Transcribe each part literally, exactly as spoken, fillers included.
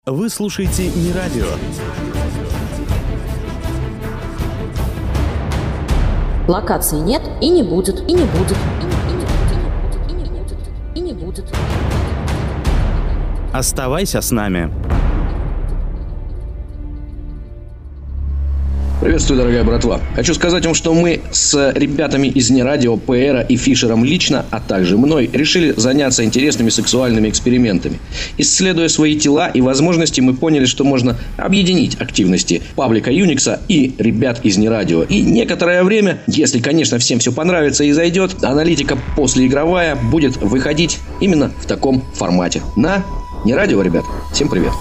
Вы слушаете не радио. Локации нет и не будет, и не будет, и не, и не будет, и не будет, и не будет. Оставайся с нами. Приветствую, дорогая братва. Хочу сказать вам, что мы с ребятами из Нерадио, Пэра и Фишером лично, а также мной, решили заняться интересными сексуальными экспериментами. Исследуя свои тела и возможности, мы поняли, что можно объединить активности паблика Юникса и ребят из Нерадио. И некоторое время, если, конечно, всем все понравится и зайдет, аналитика послеигровая будет выходить именно в таком формате. На Нерадио, ребят. Всем привет.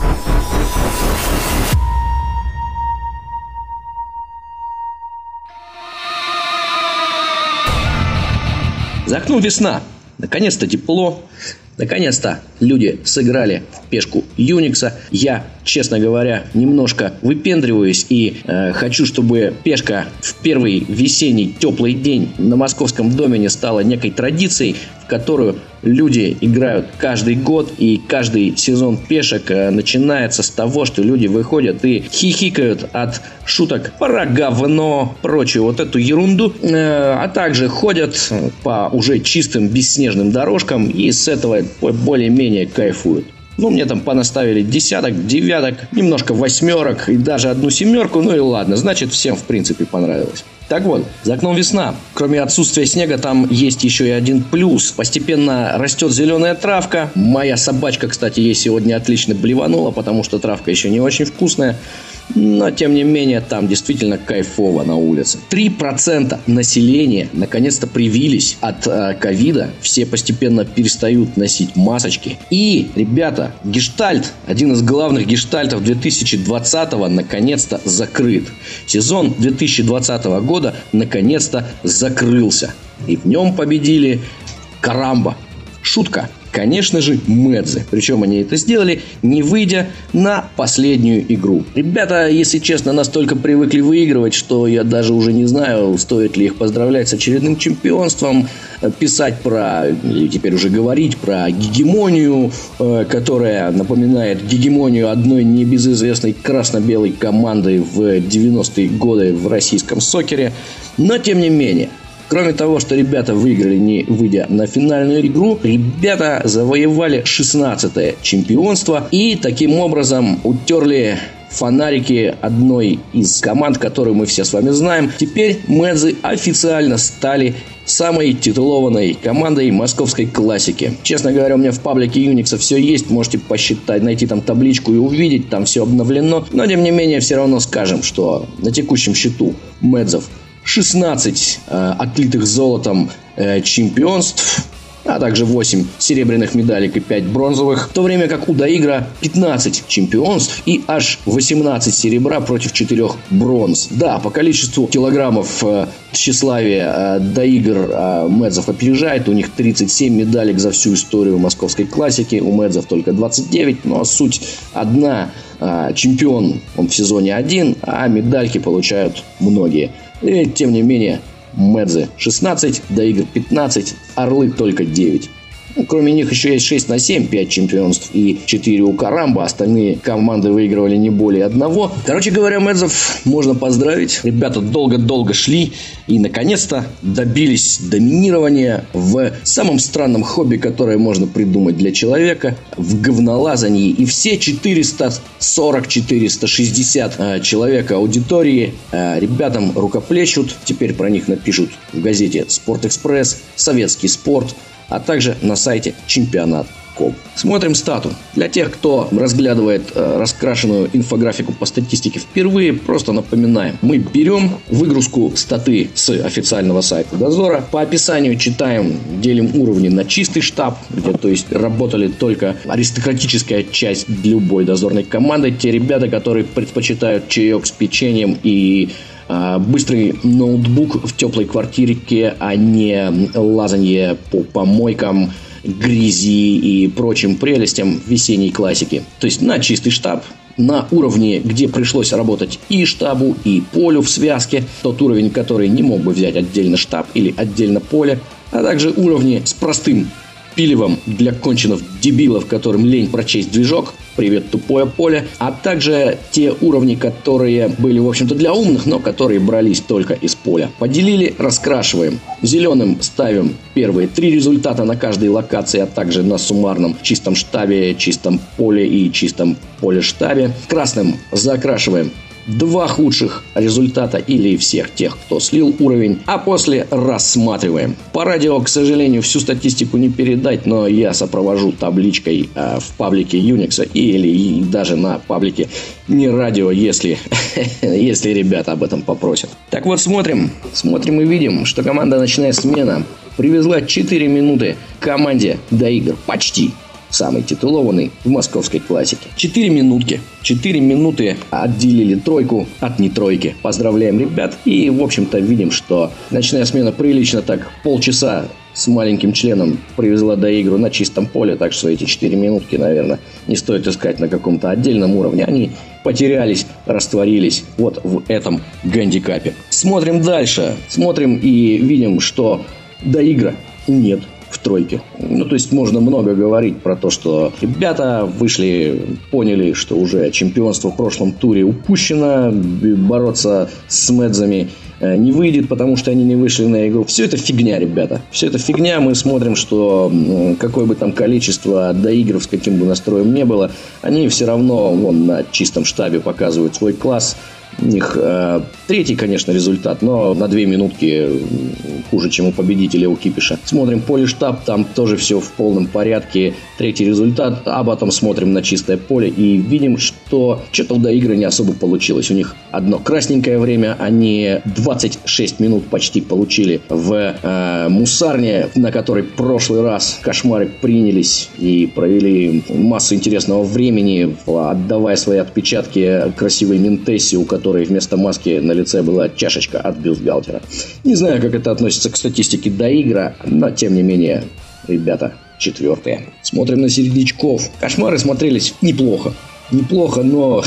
За окном весна. Наконец-то тепло. Наконец-то люди сыграли в пешку Юникса. Я, честно говоря, немножко выпендриваюсь и э, хочу, чтобы пешка в первый весенний теплый день на московском домене стала некой традицией, в которую люди играют каждый год. И каждый сезон пешек э, начинается с того, что люди выходят и хихикают от шуток про говно, прочую вот эту ерунду. Э, а также ходят по уже чистым бесснежным дорожкам и с этого более-менее кайфуют. Ну, мне там понаставили десяток, девяток, немножко восьмерок и даже одну семерку. Ну и ладно, значит, всем в принципе понравилось. Так вот, за окном весна. Кроме отсутствия снега, там есть еще и один плюс. Постепенно растет зеленая травка. Моя собачка, кстати, ей сегодня отлично блеванула, потому что травка еще не очень вкусная. Но, тем не менее, там действительно кайфово на улице. три процента населения наконец-то привились от э, ковида. Все постепенно перестают носить масочки. И, ребята, гештальт, один из главных гештальтов две тысячи двадцатого, наконец-то закрыт. Сезон две тысячи двадцатого года наконец-то закрылся. И в нем победили Карамба. Шутка. Конечно же, Медзы. Причем они это сделали, не выйдя на последнюю игру. Ребята, если честно, настолько привыкли выигрывать, что я даже уже не знаю, стоит ли их поздравлять с очередным чемпионством, писать про, или теперь уже говорить про гегемонию, которая напоминает гегемонию одной небезызвестной красно-белой команды в девяностые годы в российском сокере. Но, тем не менее, кроме того, что ребята выиграли, не выйдя на финальную игру, ребята завоевали шестнадцатое чемпионство и таким образом утерли фонарики одной из команд, которую мы все с вами знаем. Теперь Медзы официально стали самой титулованной командой московской классики. Честно говоря, у меня в паблике Юникса все есть. Можете посчитать, найти там табличку и увидеть. Там все обновлено. Но, тем не менее, все равно скажем, что на текущем счету Медзов шестнадцать э, отлитых золотом э, чемпионств, а также восемь серебряных медалек и пять бронзовых. В то время как у Доигра пятнадцать чемпионств и аж восемнадцать серебра против четырёх бронз. Да, по количеству килограммов э, тщеславия э, Доигр э, Медзов опережает. У них тридцать семь медалек за всю историю московской классики. У Медзов только двадцать девять. Но суть одна. Э, чемпион он в сезоне один, а медальки получают многие. И, тем не менее, Медзы шестнадцать, Доигр пятнадцать, Орлы только девять. Ну, кроме них еще есть шесть на семь, пять чемпионств и четыре у Карамба. Остальные команды выигрывали не более одного. Короче говоря, Медзов можно поздравить. Ребята долго-долго шли и наконец-то добились доминирования в самом странном хобби, которое можно придумать для человека, в говнолазании. И все четыреста сорок - четыреста шестьдесят э, человек аудитории э, ребятам рукоплещут. Теперь про них напишут в газете «Спортэкспресс», «Советский спорт», а также на сайте чемпионат точка ком. Смотрим стату. Для тех, кто разглядывает э, раскрашенную инфографику по статистике впервые, просто напоминаем. Мы берем выгрузку статы с официального сайта Дозора. По описанию читаем, делим уровни на чистый штаб, где, то есть, работали только аристократическая часть любой дозорной команды. Те ребята, которые предпочитают чаек с печеньем и быстрый ноутбук в теплой квартирке, а не лазанье по помойкам, грязи и прочим прелестям весенней классики. То есть на чистый штаб, на уровне, где пришлось работать и штабу, и полю в связке. Тот уровень, который не мог бы взять отдельно штаб или отдельно поле. А также уровни с простым пилевом для конченов дебилов, которым лень прочесть движок. Привет, тупое поле. А также те уровни, которые были, в общем-то, для умных, но которые брались только из поля. Поделили, раскрашиваем. Зеленым ставим первые три результата на каждой локации, а также на суммарном чистом штабе, чистом поле и чистом поле-штабе. Красным закрашиваем два худших результата или всех тех, кто слил уровень, а после рассматриваем. По радио, к сожалению, всю статистику не передать, но я сопровожу табличкой э, в паблике Unix или и даже на паблике не радио, если, если ребята об этом попросят. Так вот, смотрим, смотрим и видим, что команда «Ночная смена» привезла четыре минуты команде до игр почти. Самый титулованный в московской классике. Четыре минутки. Четыре минуты отделили тройку от нетройки. Поздравляем ребят. И, в общем-то, видим, что «Ночная смена» прилично так полчаса с маленьким членом привезла до игры на чистом поле. Так что эти четыре минутки, наверное, не стоит искать на каком-то отдельном уровне. Они потерялись, растворились вот в этом гандикапе. Смотрим дальше. Смотрим и видим, что до игры нет в тройке. Ну, то есть можно много говорить про то, что ребята вышли, поняли, что уже чемпионство в прошлом туре упущено, бороться с Медзами не выйдет, потому что они не вышли на игру. Все это фигня, ребята. Все это фигня. Мы смотрим, что какое бы там количество доигров с каким бы настроем не было, они все равно вон на чистом штабе показывают свой класс. У них э, третий, конечно, результат, но на две минутки хуже, чем у победителя, у Кипиша. Смотрим поле-штаб, там тоже все в полном порядке. Третий результат, а потом смотрим на чистое поле и видим, что что-то до игры не особо получилось. У них одно красненькое время, они двадцать шесть минут почти получили в э, мусарне, на которой в прошлый раз кошмары принялись и провели массу интересного времени, отдавая свои отпечатки красивой Ментессе, у которой которой вместо маски на лице была чашечка от бюстгальтера. Не знаю, как это относится к статистике до игры, но тем не менее, ребята, четвертые. Смотрим на середнячков. Кошмары смотрелись неплохо. Неплохо, но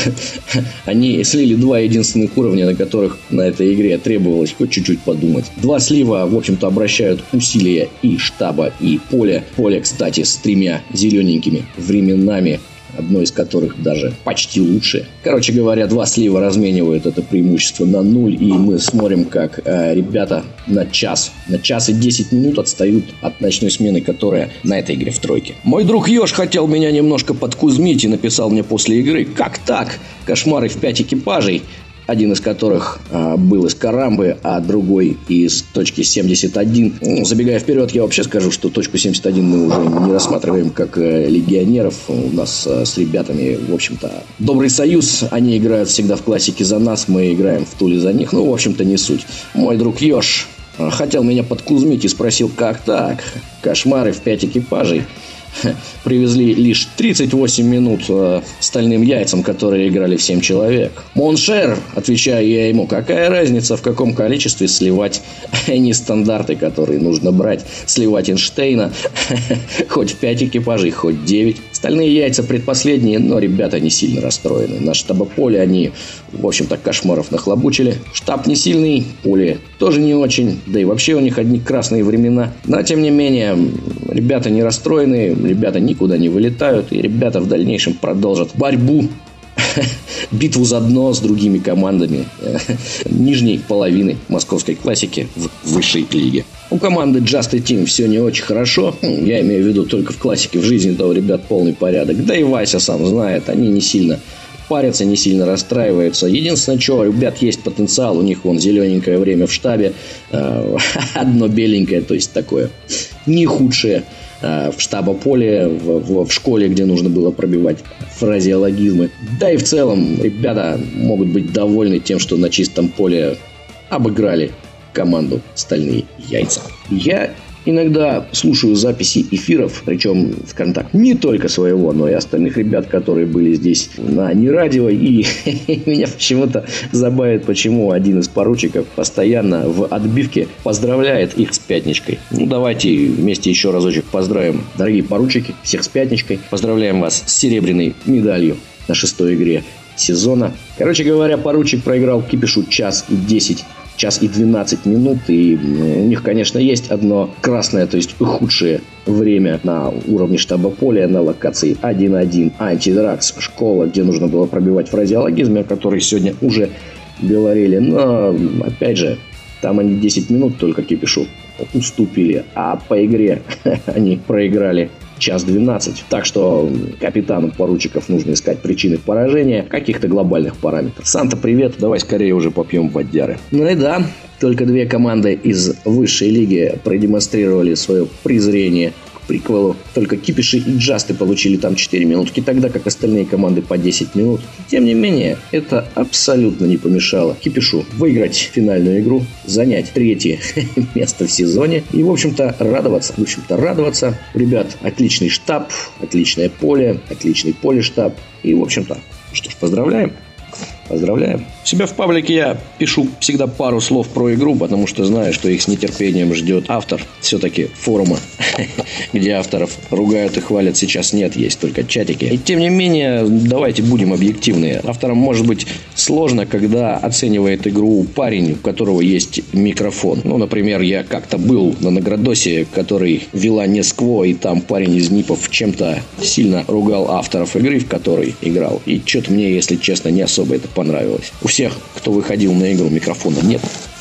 они слили два единственных уровня, на которых на этой игре требовалось хоть чуть-чуть подумать. Два слива, в общем-то, обращают усилия и штаба, и поля. Поле, кстати, с тремя зелененькими временами, одно из которых даже почти лучше. Короче говоря, два слива разменивают это преимущество на нуль, и мы смотрим, как э, ребята на час, на час и десять минут отстают от ночной смены, которая на этой игре в тройке. Мой друг Ёж хотел меня немножко подкузмить и написал мне после игры: как так? Кошмары в пять экипажей, один из которых а, был из Карамбы, а другой из точки семьдесят один. Ну, забегая вперед, я вообще скажу, что точку семьдесят один мы уже не рассматриваем как э, легионеров. У нас э, с ребятами, в общем-то, добрый союз. Они играют всегда в классике за нас, мы играем в Туле за них. Ну, в общем-то, не суть. Мой друг Ёж э, хотел меня подкузмить и спросил: как так? Кошмары в пять экипажей привезли лишь тридцать восемь минут э, стальным яйцам, которые играли в семь человек. Моншер, отвечаю я ему, какая разница, в каком количестве сливать не стандарты, которые нужно брать, сливать Эйнштейна, хоть в пять экипажей, хоть девять. Стальные яйца предпоследние, но ребята не сильно расстроены. На штабополе они, в общем-то, кошмаров нахлобучили. Штаб не сильный, поле тоже не очень, да и вообще у них одни красные времена. Но, тем не менее, ребята не расстроены, ребята никуда не вылетают, и ребята в дальнейшем продолжат борьбу, битву заодно с другими командами нижней половины московской классики в высшей лиге. У команды Just a Team все не очень хорошо. Я имею в виду только в классике, в жизни-то у ребят полный порядок. Да и Вася сам знает, они не сильно парятся, не сильно расстраиваются. Единственное, что у ребят есть потенциал, у них вон зелененькое время в штабе, одно беленькое, то есть такое не худшее. В штабополе, в, в, в школе, где нужно было пробивать фразеологизмы. Да и в целом ребята могут быть довольны тем, что на чистом поле обыграли команду «Стальные яйца». Я иногда слушаю записи эфиров, причем, скажем так, не только своего, но и остальных ребят, которые были здесь на не радио, и меня почему-то забавит, почему один из поручиков постоянно в отбивке поздравляет их с пятничкой. Ну, давайте вместе еще разочек поздравим, дорогие поручики, всех с пятничкой. Поздравляем вас с серебряной медалью на шестой игре сезона. Короче говоря, поручик проиграл Кипишу час и десять час и двенадцать минут. И у них, конечно, есть одно красное, то есть худшее время на уровне штаба поля на локации один один Антидракс, школа, где нужно было пробивать фразеологизмы, о которых сегодня уже говорили. Но, опять же, там они десять минут только Кипишу уступили, а по игре они проиграли час двенадцать. Так что капитану поручиков нужно искать причины поражения каких-то глобальных параметров. Санта, привет, давай скорее уже попьем водяры. Ну и да, только две команды из высшей лиги продемонстрировали свое презрение к приквелу. Только Кипиши и Джасты получили там четыре минутки, тогда как остальные команды по десять минут. Тем не менее, это абсолютно не помешало Кипишу выиграть финальную игру, занять третье место в сезоне и, в общем-то, радоваться. В общем-то, радоваться. Ребят, отличный штаб, отличное поле, отличный полештаб. И, в общем-то, что ж, поздравляем. Поздравляем. У себя в паблике я пишу всегда пару слов про игру, потому что знаю, что их с нетерпением ждет автор все-таки форума, где авторов ругают и хвалят, сейчас нет, есть только чатики. И тем не менее, давайте будем объективны. Авторам может быть сложно, когда оценивает игру парень, у которого есть микрофон. Ну, например, я как-то был на Наградосе, который вела Нескво, и там парень из НИПов чем-то сильно ругал авторов игры, в которой играл. И что-то мне, если честно, не особо это понравилось. У всех, кто выходил на игру, микрофона нет,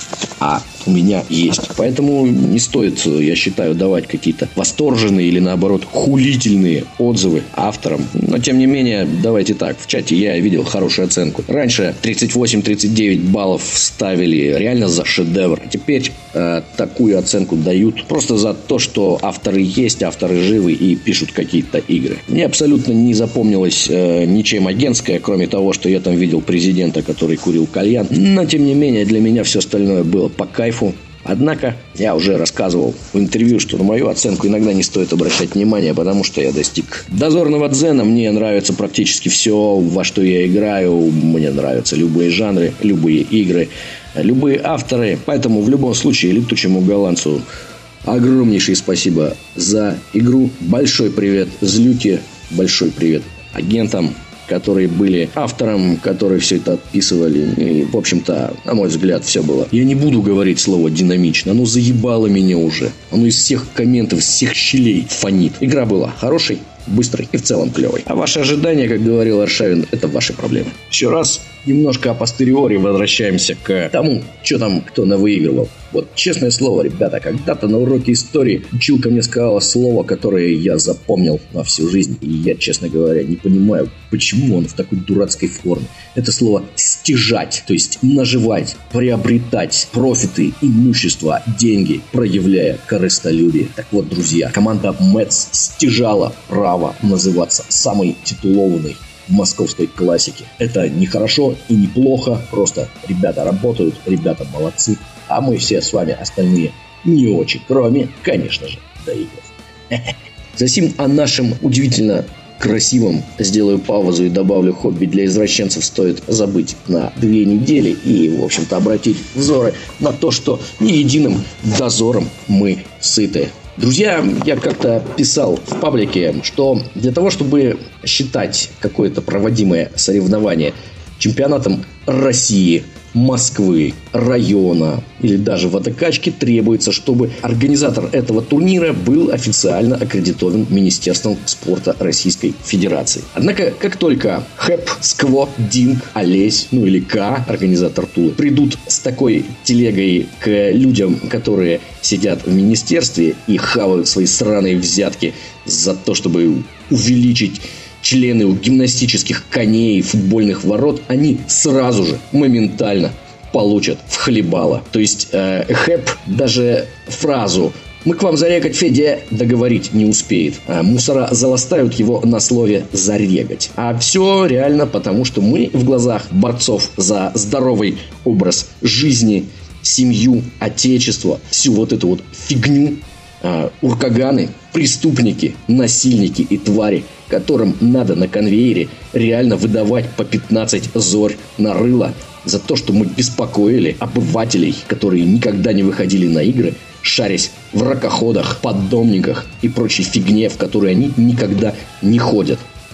а у меня есть. Поэтому не стоит, я считаю, давать какие-то восторженные или, наоборот, хулительные отзывы авторам. Но, тем не менее, давайте так. В чате я видел хорошую оценку. Раньше тридцать восемь - тридцать девять баллов ставили реально за шедевр. А теперь э, такую оценку дают просто за то, что авторы есть, авторы живы и пишут какие-то игры. Мне абсолютно не запомнилось э, ничем агентское, кроме того, что я там видел президента, который курил кальян. Но, тем не менее, для меня все остальное было по кайфу. Однако, я уже рассказывал в интервью, что на мою оценку иногда не стоит обращать внимание, потому что я достиг дозорного дзена. Мне нравится практически все, во что я играю. Мне нравятся любые жанры, любые игры, любые авторы. Поэтому в любом случае летучему голландцу огромнейшее спасибо за игру. Большой привет Злюке, большой привет агентам, которые были автором, которые все это отписывали. И, в общем-то, на мой взгляд, все было. Я не буду говорить слово «динамично». Оно заебало меня уже. Оно из всех комментов, из всех щелей фонит. Игра была хорошей, быстрой и в целом клевой. А ваши ожидания, как говорил Аршавин, это ваши проблемы. Еще раз немножко апостериори возвращаемся к тому, что там кто навыигрывал. Вот честное слово, ребята, когда-то на уроке истории училка мне сказала слово, которое я запомнил на всю жизнь. И я, честно говоря, не понимаю, почему он в такой дурацкой форме. Это слово «стяжать», то есть наживать, приобретать профиты, имущество, деньги, проявляя корыстолюбие. Так вот, друзья, команда Мэтс стяжала право называться самой титулованной в московской классике. Это не хорошо и не плохо, просто ребята работают, ребята молодцы, а мы все с вами остальные не очень, кроме, конечно же, доигров. Засим о нашем удивительно красивом сделаю паузу и добавлю: хобби для извращенцев стоит забыть на две недели и, в общем-то, обратить взоры на то, что не единым дозором мы сыты. Друзья, я как-то писал в паблике, что для того, чтобы считать какое-то проводимое соревнование чемпионатом России, Москвы, района или даже водокачки, требуется, чтобы организатор этого турнира был официально аккредитован Министерством спорта Российской Федерации. Однако, как только Хэп, Скво, Динг, Олесь, ну или К, организатор Тулы, придут с такой телегой к людям, которые сидят в министерстве и хавают свои сраные взятки за то, чтобы увеличить члены у гимнастических коней и футбольных ворот, они сразу же, моментально получат в хлебало. То есть э, Хэп даже фразу «Мы к вам зарегать, Федя» договорить не успеет. А мусора заластают его на слове «зарегать». А все реально потому, что мы в глазах борцов за здоровый образ жизни, семью, отечество, всю вот эту вот фигню, э, уркаганы, преступники, насильники и твари, которым надо на конвейере реально выдавать по пятнадцать зорь на рыло за то, что мы беспокоили обывателей, которые никогда не выходили на игры, шарясь в ракоходах, поддомниках и прочей фигне, в которой они никогда не ходят.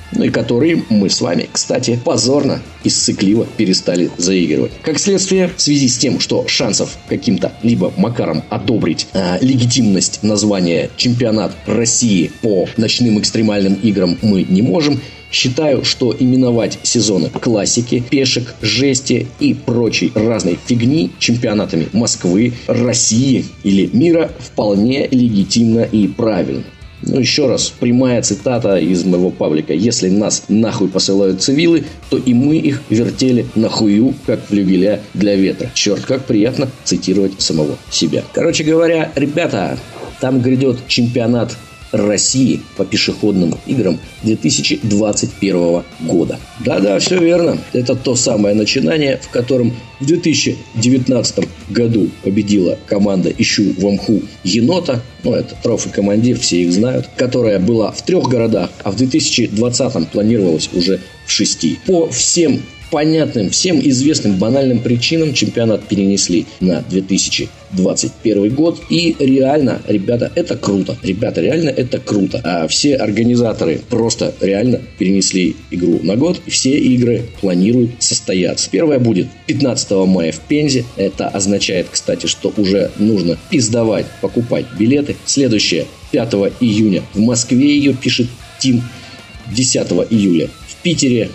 Ну и которые мы с вами, кстати, позорно и ссыкливо перестали заигрывать. Как следствие, в связи с тем, что шансов каким-то либо макаром одобрить э, легитимность названия чемпионат России по ночным экстремальным играм мы не можем, считаю, что именовать сезоны классики, пешек, жести и прочей разной фигни чемпионатами Москвы, России или мира вполне легитимно и правильно. Ну, еще раз, прямая цитата из моего паблика. Если нас нахуй посылают цивилы, то и мы их вертели нахую, как флюгеля для ветра. Черт, как приятно цитировать самого себя. Короче говоря, ребята, там грядет чемпионат России по пешеходным играм две тысячи двадцать первого года. Да-да, все верно. Это то самое начинание, в котором в две тысячи девятнадцатом году победила команда «Ищу в мху енота». Ну, это трофи-командир, все их знают. Которая была в трех городах, а в две тысячи двадцатом планировалась уже в шести. По всем понятным, всем известным банальным причинам чемпионат перенесли на две тысячи двадцать первый год. И реально, ребята, это круто. Ребята, реально это круто. А все организаторы просто реально перенесли игру на год. И все игры планируют состояться. Первая будет пятнадцатого мая в Пензе. Это означает, кстати, что уже нужно пиздовать, покупать билеты. Следующая пятого июня в Москве, ее пишет Тим. десятого июля в Питере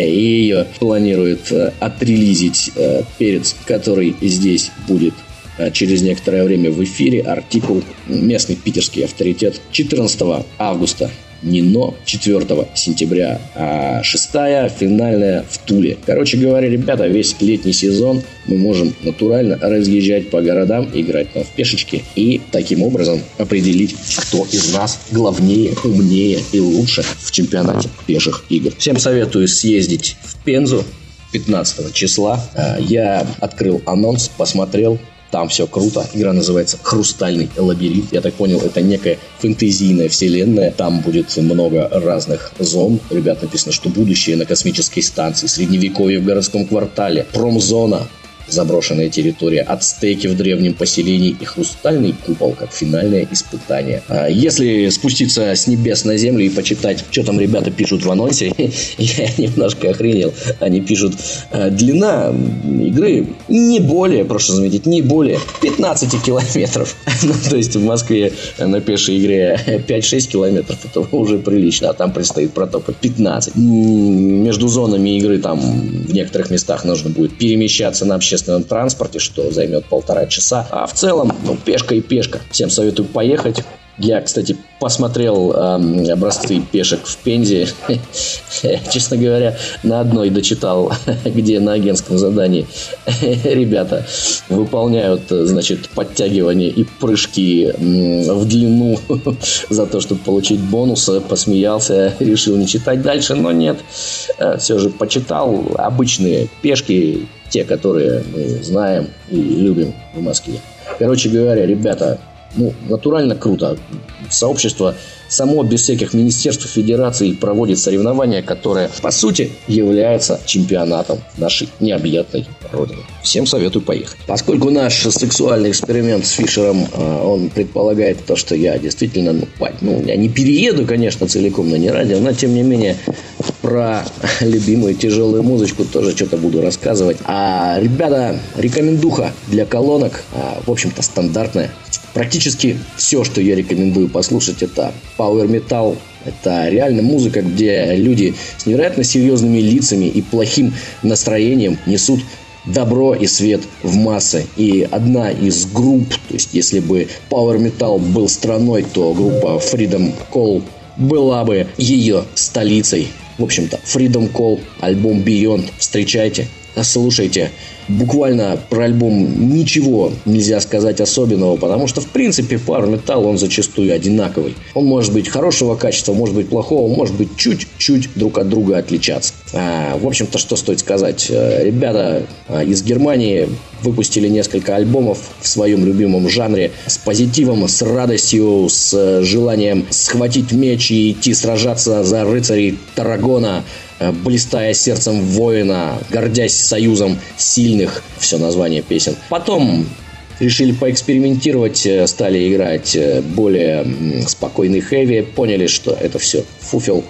ее планирует отрелизить перец, который здесь будет через некоторое время в эфире. Артикул местный питерский авторитет. четырнадцатого августа Нино, четвёртого сентября, а шестая финальная в Туле. Короче говоря, ребята, весь летний сезон мы можем натурально разъезжать по городам, играть там в пешечки и таким образом определить, кто из нас главнее, умнее и лучше в чемпионате пеших игр. Всем советую съездить в Пензу пятнадцатого числа. Я открыл анонс, посмотрел. Там все круто. Игра называется «Хрустальный лабиринт». Я так понял, это некая фэнтезийная вселенная. Там будет много разных зон. Ребят, написано, что будущее на космической станции, средневековье в городском квартале, промзона, заброшенная территория, ацтеки в древнем поселении и хрустальный купол как финальное испытание. Если спуститься с небес на землю и почитать, что там ребята пишут в анонсе, я немножко охренел. Они пишут: длина игры не более, прошу заметить, не более пятнадцать километров. Ну, то есть в Москве на пешей игре пять-шесть километров, это уже прилично, а там предстоит протопать пятнадцать. Между зонами игры там в некоторых местах нужно будет перемещаться на общественном транспорте, что займет полтора часа. А в целом, ну, пешка и пешка. Всем советую поехать. Я, кстати, посмотрел э, образцы пешек в Пензе. Честно говоря, на одной дочитал, где на агентском задании ребята выполняют, значит, подтягивания и прыжки в длину за то, чтобы получить бонус. Посмеялся, решил не читать дальше, но нет. Все же почитал обычные пешки, те, которые мы знаем и любим в Москве. Короче говоря, ребята, ну, натурально круто. Сообщество само без всяких министерств, федераций проводит соревнования, которые, по сути, являются чемпионатом нашей необъятной родины. Всем советую поехать. Поскольку наш сексуальный эксперимент с Фишером, он предполагает то, что я действительно, ну, ну я не перееду, конечно, целиком на не радио, но, тем не менее, про любимую тяжелую музычку тоже что-то буду рассказывать. А, ребята, рекомендуха для колонок, в общем-то, стандартная. Практически все, что я рекомендую послушать, это Power Metal. Это реально музыка, где люди с невероятно серьезными лицами и плохим настроением несут добро и свет в массы. И одна из групп, то есть если бы Power Metal был страной, то группа Freedom Call была бы ее столицей. В общем-то, Freedom Call, альбом Beyond. Встречайте, слушайте. Буквально про альбом ничего нельзя сказать особенного, потому что, в принципе, Power Metal, он зачастую одинаковый. Он может быть хорошего качества, может быть плохого, может быть чуть-чуть друг от друга отличаться. А, в общем-то, что стоит сказать. Ребята из Германии выпустили несколько альбомов в своем любимом жанре с позитивом, с радостью, с желанием схватить меч и идти сражаться за рыцарей Таррагона, блистая сердцем воина, гордясь союзом сильных. Все название песен. Потом решили поэкспериментировать, стали играть более спокойный хэви, поняли, что это все фуфел.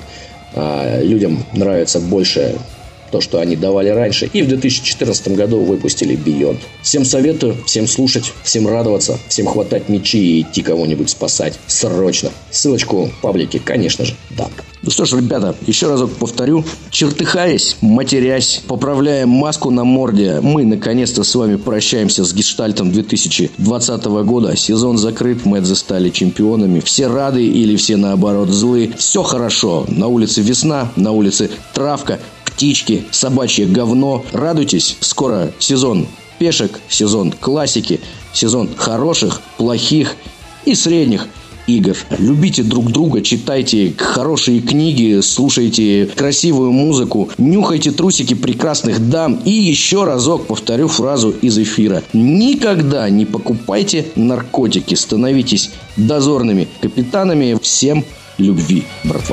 а людям нравится больше то, что они давали раньше. И в две тысячи четырнадцатом году выпустили Beyond. Всем советую, всем слушать, всем радоваться, всем хватать мечи и идти кого-нибудь спасать. Срочно. Ссылочку в паблике, конечно же, дам. Ну что ж, ребята, еще разок повторю. Чертыхаясь, матерясь, поправляя маску на морде, мы наконец-то с вами прощаемся с гештальтом две тысячи двадцатого года. Сезон закрыт, Мэдзы стали чемпионами. Все рады или все наоборот злы. Все хорошо. На улице весна, на улице травка, птички, собачье говно. Радуйтесь, скоро сезон пешек, сезон классики, сезон хороших, плохих и средних игр. Любите друг друга, читайте хорошие книги, слушайте красивую музыку, нюхайте трусики прекрасных дам. И еще разок повторю фразу из эфира. Никогда не покупайте наркотики, становитесь дозорными капитанами. Всем любви, братва.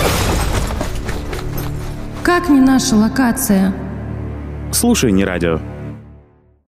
Как не наша локация? Слушай, не радио.